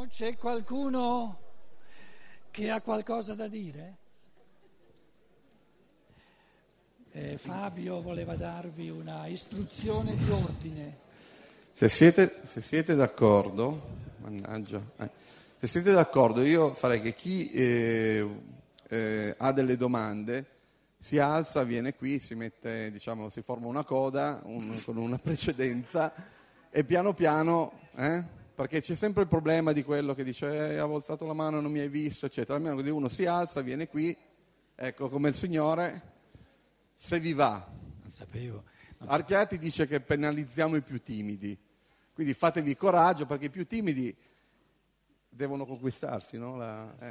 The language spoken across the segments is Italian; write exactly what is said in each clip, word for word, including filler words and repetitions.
C'è qualcuno che ha qualcosa da dire? Eh, Fabio voleva darvi una istruzione di ordine. Se siete, se siete d'accordo, mannaggia, eh, se siete d'accordo, io farei che chi eh, eh, ha delle domande si alza, viene qui, si mette, diciamo, si forma una coda un, con una precedenza e piano piano, eh, perché c'è sempre il problema di quello che dice eh, avevo alzato la mano, non mi hai visto, eccetera. Almeno così uno si alza, viene qui, ecco, come il Signore, se vi va. Non sapevo. Non Archiati dice che penalizziamo i più timidi, quindi fatevi coraggio perché i più timidi devono conquistarsi, no? La, eh.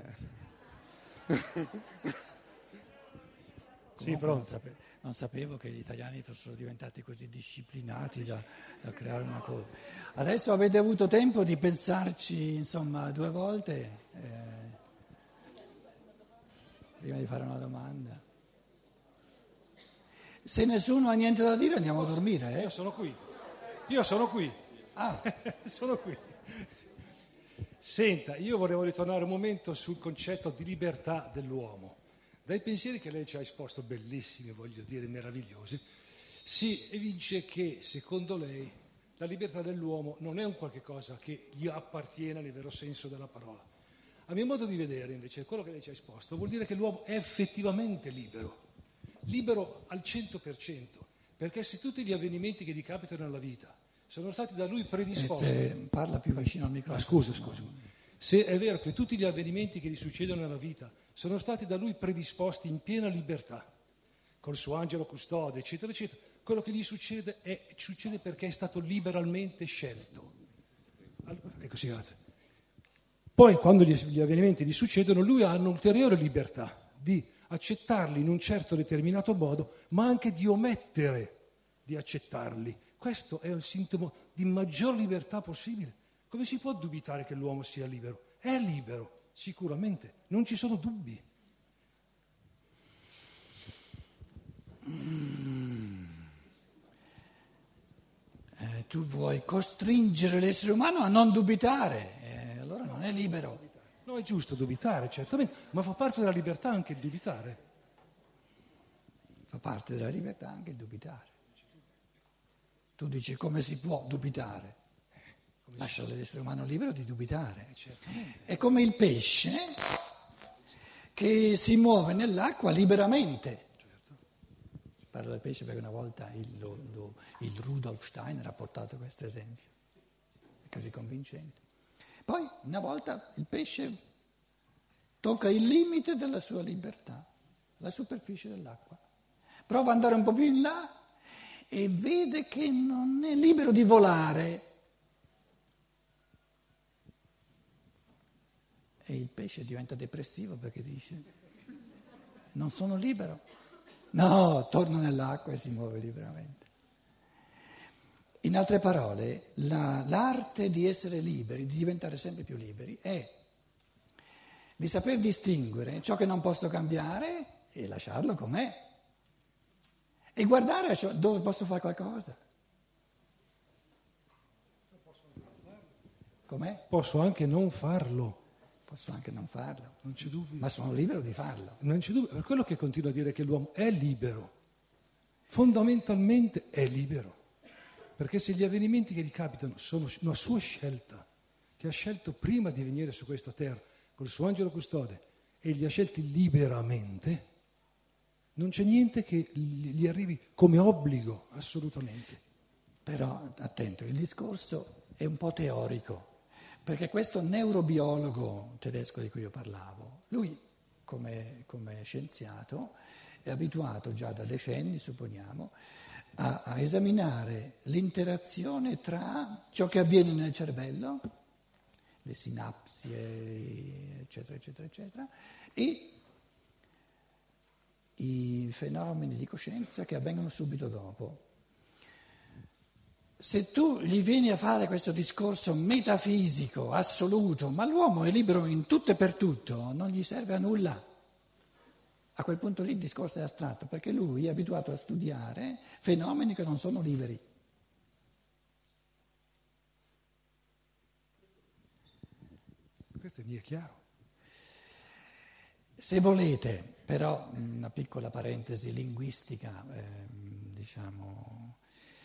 Sì, però non sapevo, non sapevo che gli italiani fossero diventati così disciplinati da, da creare una cosa. Adesso avete avuto tempo di pensarci, insomma, due volte, eh, prima di fare una domanda. Se nessuno ha niente da dire andiamo a dormire, eh? Io sono qui, io sono qui, Ah, sono qui. Senta, io volevo ritornare un momento sul concetto di libertà dell'uomo. Dai pensieri che lei ci ha esposto, bellissimi, voglio dire, meravigliosi, si evince che, secondo lei, la libertà dell'uomo non è un qualche cosa che gli appartiene nel vero senso della parola. A mio modo di vedere, invece, quello che lei ci ha esposto vuol dire che l'uomo è effettivamente libero, libero al cento per cento, perché se tutti gli avvenimenti che gli capitano nella vita sono stati da lui predisposti... eh, parla più vicino al microfono. Ma scusa, scusa. Se è vero che tutti gli avvenimenti che gli succedono nella vita sono stati da lui predisposti in piena libertà, col suo angelo custode, eccetera, eccetera, quello che gli succede è, succede perché è stato liberalmente scelto. Allora, ecco, sì, grazie. Poi, quando gli, gli avvenimenti gli succedono, lui ha un'ulteriore libertà di accettarli in un certo determinato modo, ma anche di omettere di accettarli. Questo è un sintomo di maggior libertà possibile. Come si può dubitare che l'uomo sia libero? È libero, sicuramente, non ci sono dubbi. Mm. Eh, tu vuoi costringere l'essere umano a non dubitare, eh, allora non è libero. No, è giusto dubitare, certamente, ma fa parte della libertà anche il dubitare. Fa parte della libertà anche il dubitare. Tu dici come si può dubitare? Lascia l'essere umano libero di dubitare. È come il pesce che si muove nell'acqua liberamente. Parlo del pesce perché una volta il, lo, lo, il Rudolf Steiner ha portato questo esempio, è così convincente. Poi una volta il pesce tocca il limite della sua libertà, la superficie dell'acqua. Prova ad andare un po' più in là e vede che non è libero di volare. E il pesce diventa depressivo perché dice, non sono libero. No, torna nell'acqua e si muove liberamente. In altre parole, la, l'arte di essere liberi, di diventare sempre più liberi, è di saper distinguere ciò che non posso cambiare e lasciarlo com'è. E guardare dove posso fare qualcosa. Com'è? Posso anche non farlo. Posso anche non farlo, Non c'è dubbio. ma sono libero di farlo. Non c'è dubbio, per quello che continuo a dire che l'uomo è libero, fondamentalmente è libero, perché se gli avvenimenti che gli capitano sono una sua scelta, che ha scelto prima di venire su questa terra col suo angelo custode e li ha scelti liberamente, non c'è niente che gli arrivi come obbligo, assolutamente. Però, attento, il discorso è un po' teorico. Perché questo neurobiologo tedesco di cui io parlavo, lui come, come scienziato è abituato già da decenni, supponiamo, a, a esaminare l'interazione tra ciò che avviene nel cervello, le sinapsi, eccetera, eccetera, eccetera, e i fenomeni di coscienza che avvengono subito dopo. Se tu gli vieni a fare questo discorso metafisico, assoluto, ma l'uomo è libero in tutto e per tutto, non gli serve a nulla. A quel punto lì il discorso è astratto, perché lui è abituato a studiare fenomeni che non sono liberi. questo mi è chiaro. Se volete, però, una piccola parentesi linguistica, eh, diciamo,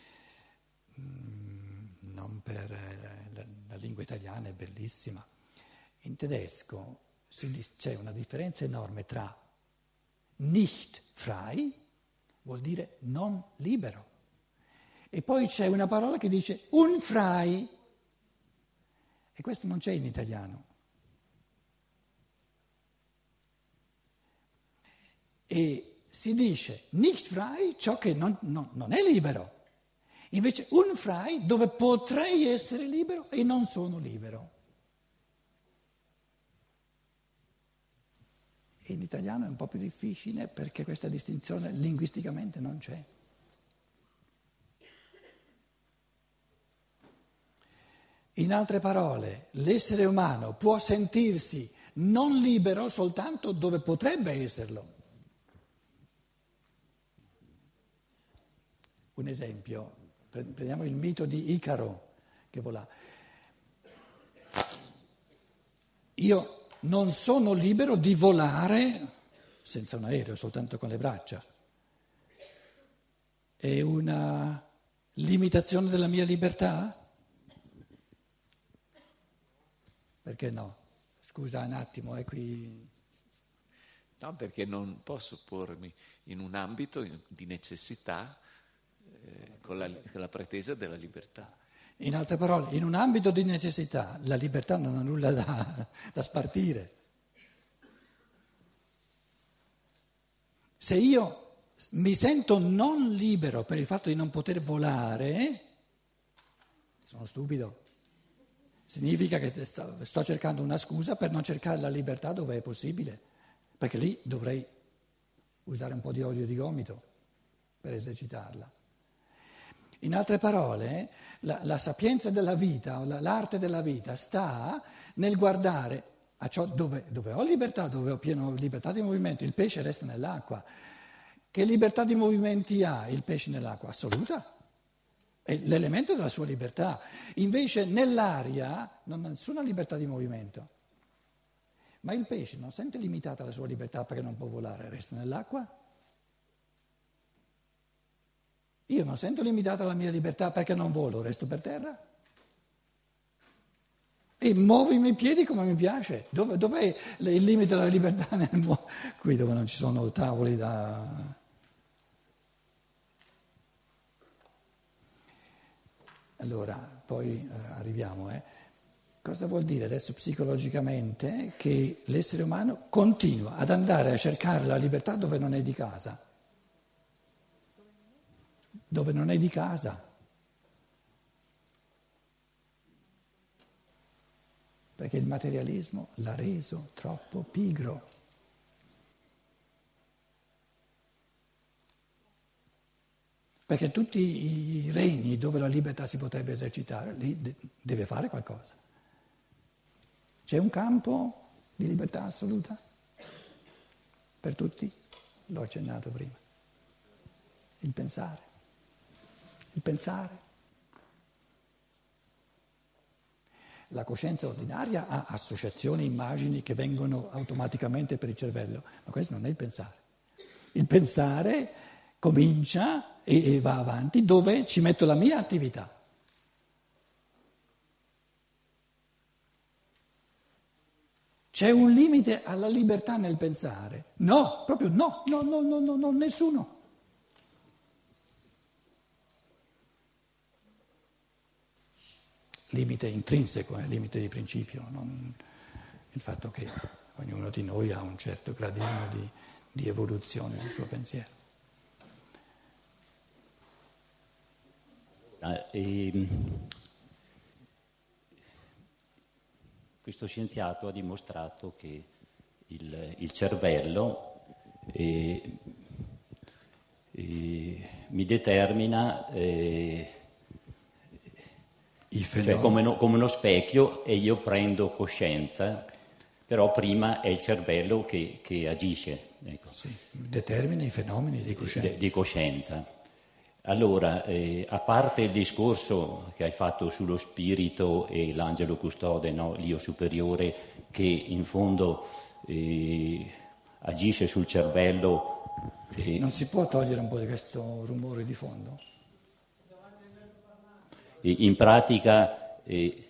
mh, non per la, la lingua italiana è bellissima. In tedesco si, c'è una differenza enorme tra nicht frei, vuol dire non libero, e poi c'è una parola che dice unfrei, e questo non c'è in italiano. E si dice nicht frei, ciò che non, non, non è libero, invece unfrei, dove potrei essere libero e non sono libero. E in italiano è un po' più difficile perché questa distinzione linguisticamente non c'è. In altre parole, l'essere umano può sentirsi non libero soltanto dove potrebbe esserlo. Un esempio, prendiamo il mito di Icaro che volà. Io non sono libero di volare senza un aereo, soltanto con le braccia. È una limitazione della mia libertà? Perché no? Scusa un attimo, è qui. No, perché non posso pormi in un ambito di necessità eh, con, la, con la pretesa della libertà. In altre parole, in un ambito di necessità la libertà non ha nulla da, da spartire. Se io mi sento non libero per il fatto di non poter volare, sono stupido. Significa che sto, sto cercando una scusa per non cercare la libertà dove è possibile, perché lì dovrei usare un po' di olio di gomito per esercitarla. In altre parole, la, la sapienza della vita, o la, l'arte della vita sta nel guardare a ciò dove, dove ho libertà, dove ho piena libertà di movimento. Il pesce resta nell'acqua. Che libertà di movimenti ha il pesce nell'acqua? Assoluta. È l'elemento della sua libertà. Invece nell'aria non ha nessuna libertà di movimento. Ma il pesce non sente limitata la sua libertà perché non può volare, resta nell'acqua? Io non sento limitata la mia libertà perché non volo, resto per terra? E muovo i miei piedi come mi piace. Dove, dov'è il limite della libertà nel muovere? Qui dove non ci sono tavoli da... Allora, poi eh, arriviamo, eh. Cosa vuol dire adesso psicologicamente che l'essere umano continua ad andare a cercare la libertà dove non è di casa? Dove non è di casa. Perché il materialismo l'ha reso troppo pigro. Perché tutti i regni dove la libertà si potrebbe esercitare, lì deve fare qualcosa. C'è un campo di libertà assoluta? Per tutti? L'ho accennato prima. Il pensare. Il pensare. La coscienza ordinaria ha associazioni, immagini che vengono automaticamente per il cervello, ma questo non è il pensare. Il pensare comincia e va avanti dove ci metto la mia attività. C'è un limite alla libertà nel pensare? No, proprio no, no, no, no, no, no, nessuno. Limite intrinseco, eh, limite di principio, non il fatto che ognuno di noi ha un certo gradino di, di evoluzione del suo pensiero. Ah, e, questo scienziato ha dimostrato che il, il cervello eh, eh, mi determina eh, cioè come, no, come uno specchio e io prendo coscienza, però prima è il cervello che, che agisce. Ecco. Sì, determina i fenomeni di coscienza. De, di coscienza. Allora, eh, a parte il discorso che hai fatto sullo spirito e l'angelo custode, no? L'io superiore, che in fondo eh, agisce sul cervello. Eh, Non si può togliere un po' di questo rumore di fondo? eh, in pratica... Eh,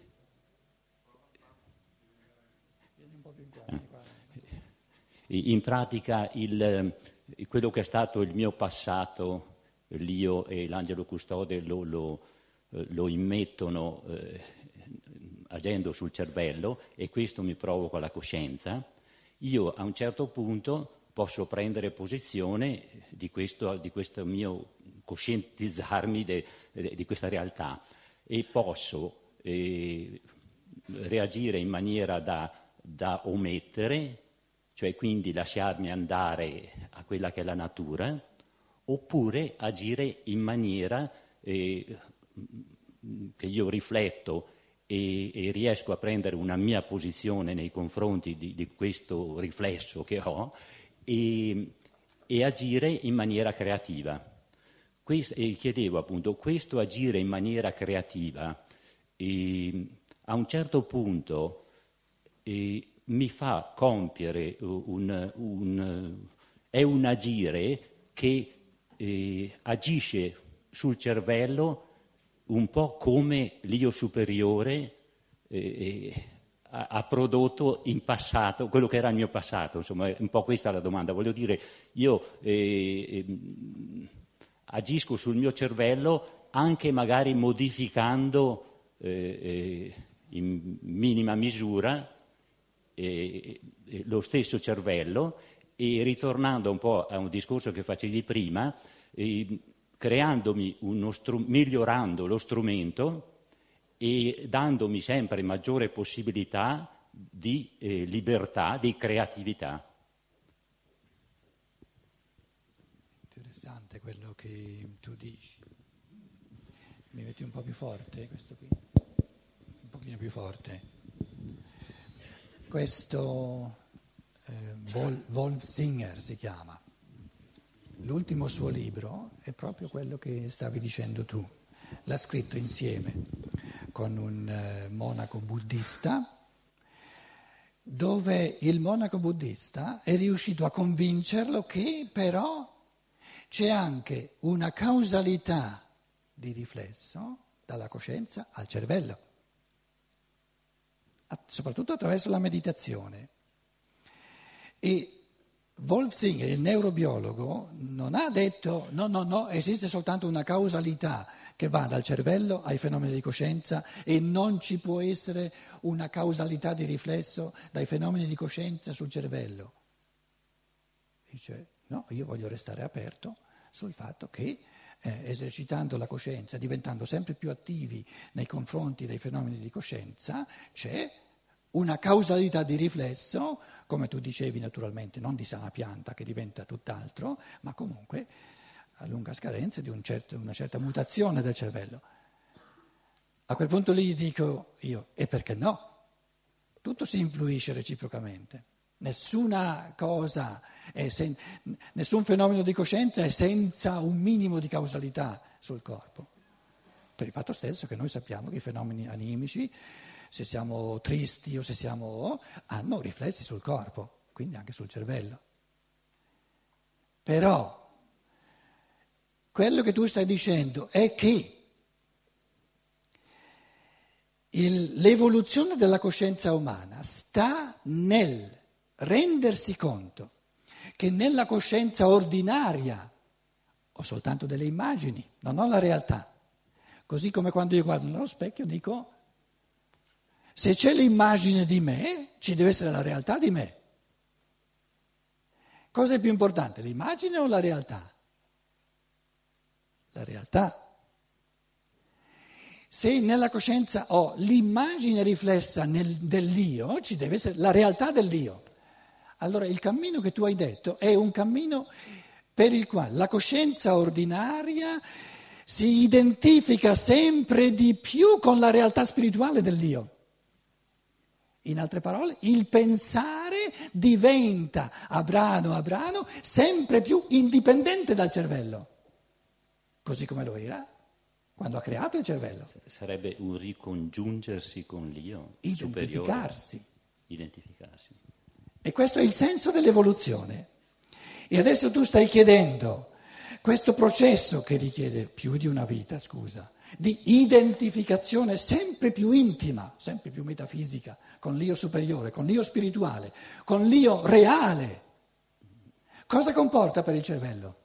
in pratica il, quello che è stato il mio passato, l'io e l'angelo custode lo, lo, lo immettono eh, agendo sul cervello, e questo mi provoca la coscienza. Io a un certo punto posso prendere posizione di questo, di questo mio coscientizzarmi de, de, di questa realtà, e posso eh, reagire in maniera da, da omettere, cioè quindi lasciarmi andare a quella che è la natura, oppure agire in maniera eh, che io rifletto e, e riesco a prendere una mia posizione nei confronti di, di questo riflesso che ho, e, e agire in maniera creativa. Questo, e chiedevo appunto, questo agire in maniera creativa eh, a un certo punto eh, mi fa compiere un, un, è un agire che eh, agisce sul cervello un po' come l'io superiore eh, ha, ha prodotto in passato, quello che era il mio passato, insomma, è un po' questa la domanda. Voglio dire, io eh, eh, agisco sul mio cervello anche magari modificando eh, eh, in minima misura Eh, eh, lo stesso cervello, e ritornando un po' a un discorso che facevi prima, eh, creandomi uno stru- migliorando lo strumento e dandomi sempre maggiore possibilità di eh, libertà, di creatività. Interessante quello che tu dici. Mi metti un po' più forte questo qui? Un pochino più forte. Questo eh, Wolf, Wolfsinger si chiama. L'ultimo suo libro è proprio quello che stavi dicendo tu. L'ha scritto insieme con un eh, monaco buddista, dove il monaco buddista è riuscito a convincerlo che però c'è anche una causalità di riflesso dalla coscienza al cervello, soprattutto attraverso la meditazione. E Wolfsinger, il neurobiologo, non ha detto no, no, no, esiste soltanto una causalità che va dal cervello ai fenomeni di coscienza e non ci può essere una causalità di riflesso dai fenomeni di coscienza sul cervello. Dice no, io voglio restare aperto sul fatto che eh, esercitando la coscienza, diventando sempre più attivi nei confronti dei fenomeni di coscienza, c'è una causalità di riflesso, come tu dicevi naturalmente, non di sana pianta che diventa tutt'altro, ma comunque a lunga scadenza di un certo, una certa mutazione del cervello. A quel punto lì gli dico io, e perché no? Tutto si influisce reciprocamente. Nessuna cosa, è sen- nessun fenomeno di coscienza è senza un minimo di causalità sul corpo. Per il fatto stesso che noi sappiamo che i fenomeni animici, se siamo tristi o se siamo, hanno riflessi sul corpo, quindi anche sul cervello. Però quello che tu stai dicendo è che il, l'evoluzione della coscienza umana sta nel rendersi conto che nella coscienza ordinaria ho soltanto delle immagini, non ho la realtà. Così come quando io guardo nello specchio dico, se c'è l'immagine di me, ci deve essere la realtà di me. Cosa è più importante, l'immagine o la realtà? La realtà. Se nella coscienza ho l'immagine riflessa nel, dell'io, ci deve essere la realtà dell'io. Allora il cammino che tu hai detto è un cammino per il quale la coscienza ordinaria si identifica sempre di più con la realtà spirituale dell'io. In altre parole, il pensare diventa a brano a brano sempre più indipendente dal cervello. così come lo era quando ha creato il cervello. Sarebbe un ricongiungersi con l'io Identificarsi. superiore. Identificarsi. E questo è il senso dell'evoluzione. E adesso tu stai chiedendo questo processo che richiede più di una vita, scusa, di identificazione sempre più intima, sempre più metafisica, con l'io superiore, con l'io spirituale, con l'io reale. Cosa comporta per il cervello?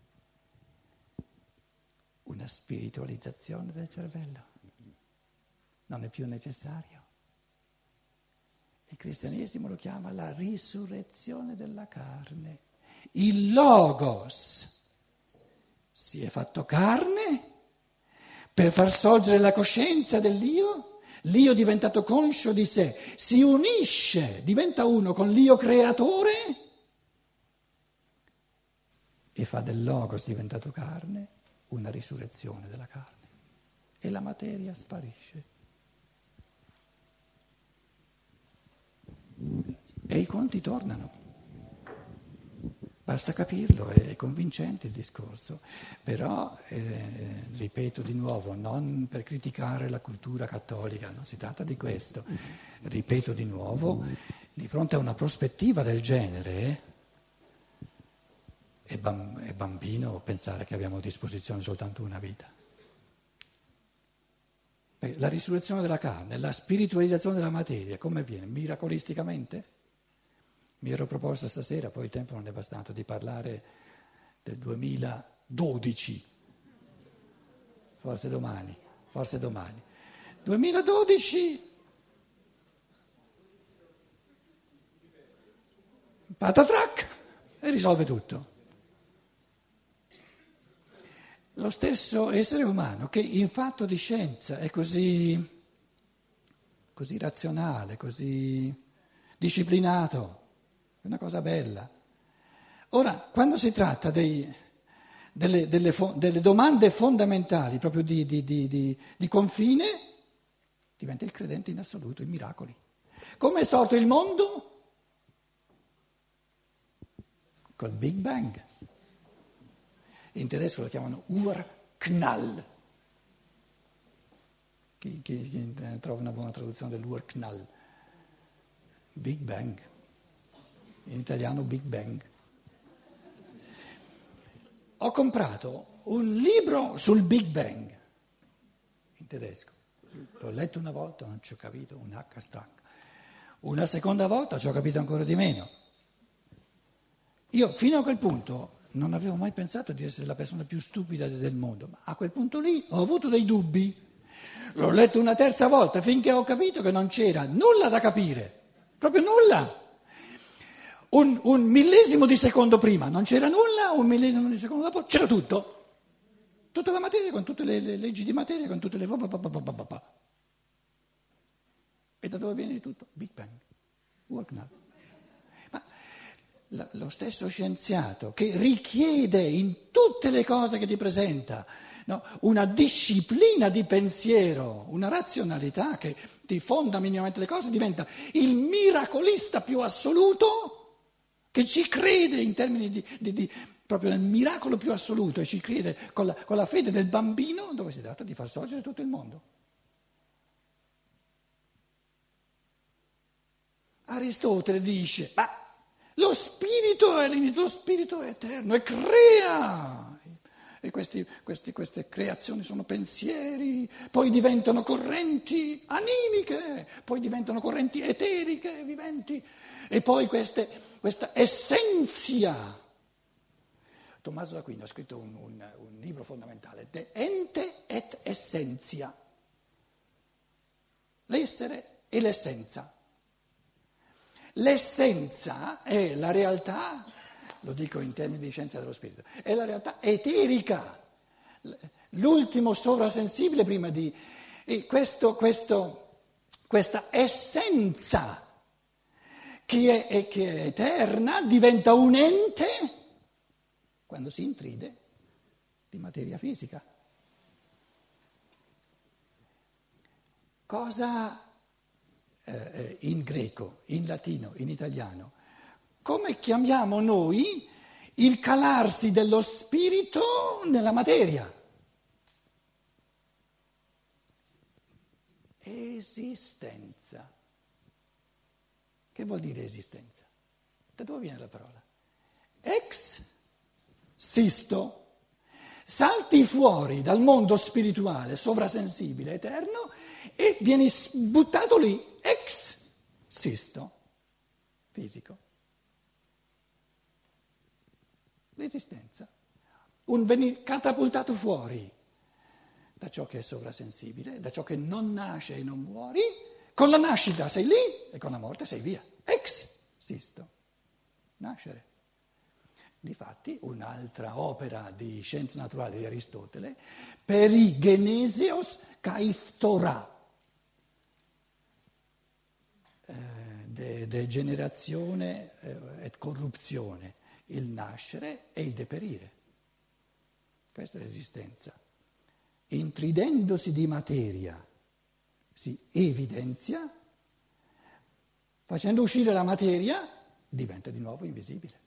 Una spiritualizzazione del cervello. Non è più necessario. Il cristianesimo lo chiama la risurrezione della carne. Il Logos si è fatto carne per far sorgere la coscienza dell'io, l'io diventato conscio di sé, si unisce, diventa uno con l'io creatore e fa del Logos diventato carne una risurrezione della carne e la materia sparisce. E i conti tornano. Basta capirlo, è convincente il discorso, però, eh, ripeto di nuovo, non per criticare la cultura cattolica, non si tratta di questo, ripeto di nuovo, di fronte a una prospettiva del genere è, bam- è bambino pensare che abbiamo a disposizione soltanto una vita. Perché la risurrezione della carne, la spiritualizzazione della materia, come avviene? Miracolisticamente? Mi ero proposto stasera, poi il tempo non è bastato, di parlare del duemiladodici, forse domani, forse domani. duemiladodici, patatrac, e risolve tutto. Lo stesso essere umano che in fatto di scienza è così, così razionale, così disciplinato. È una cosa bella. Ora, quando si tratta dei, delle, delle, fo, delle domande fondamentali, proprio di, di, di, di, di confine, diventa il credente in assoluto, in miracoli. Come è sorto il mondo? Col Big Bang. In tedesco lo chiamano Urknall. Chi, chi, chi trova una buona traduzione dell'Urknall? Big Bang. In italiano Big Bang. Ho comprato un libro sul Big Bang, in tedesco. L'ho letto una volta, non ci ho capito un H stacca. Una seconda volta ci ho capito ancora di meno. Io fino a quel punto non avevo mai pensato di essere la persona più stupida del mondo, ma a quel punto lì ho avuto dei dubbi. L'ho letto una terza volta finché ho capito che non c'era nulla da capire, proprio nulla. Un, un millesimo di secondo prima non c'era nulla, un millesimo di secondo dopo c'era tutto. Tutta la materia, con tutte le, le leggi di materia, con tutte le... E da dove viene tutto? Big Bang. Urknall. Ma la, lo stesso scienziato che richiede in tutte le cose che ti presenta, no, una disciplina di pensiero, una razionalità che ti fonda minimamente le cose, diventa il miracolista più assoluto, che ci crede in termini di, di, di proprio nel miracolo più assoluto e ci crede con la, con la fede del bambino, dove si tratta di far sorgere tutto il mondo. Aristotele dice, ma lo spirito è l'inizio, lo spirito è eterno e crea. E questi, questi, queste creazioni sono pensieri, poi diventano correnti animiche, poi diventano correnti eteriche, viventi, e poi queste, questa essenza. Tommaso d'Aquino ha scritto un, un, un libro fondamentale, De Ente et Essentia, l'essere e l'essenza. L'essenza è la realtà, lo dico in termini di scienza dello spirito, è la realtà eterica, l'ultimo sovrasensibile prima di... E questo, questo, questa essenza che è, che è eterna diventa un ente quando si intride di materia fisica. Cosa eh, in greco, in latino, in italiano? Come chiamiamo noi il calarsi dello spirito nella materia? esistenza. Che vuol dire esistenza? Da dove viene la parola? Ex sisto. Salti fuori dal mondo spirituale, sovrasensibile, eterno, e vieni buttato lì, ex sisto, fisico. L'esistenza. Un venire catapultato fuori da ciò che è sovrasensibile, da ciò che non nasce e non muori, con la nascita sei lì e con la morte sei via. Ex sisto. Nascere. Difatti, un'altra opera di scienze naturali di Aristotele, perigenesios kaiftora, eh, de, degenerazione eh, e corruzione, il nascere e il deperire. Questa è l'esistenza. Intridendosi di materia si evidenzia, facendo uscire la materia diventa di nuovo invisibile.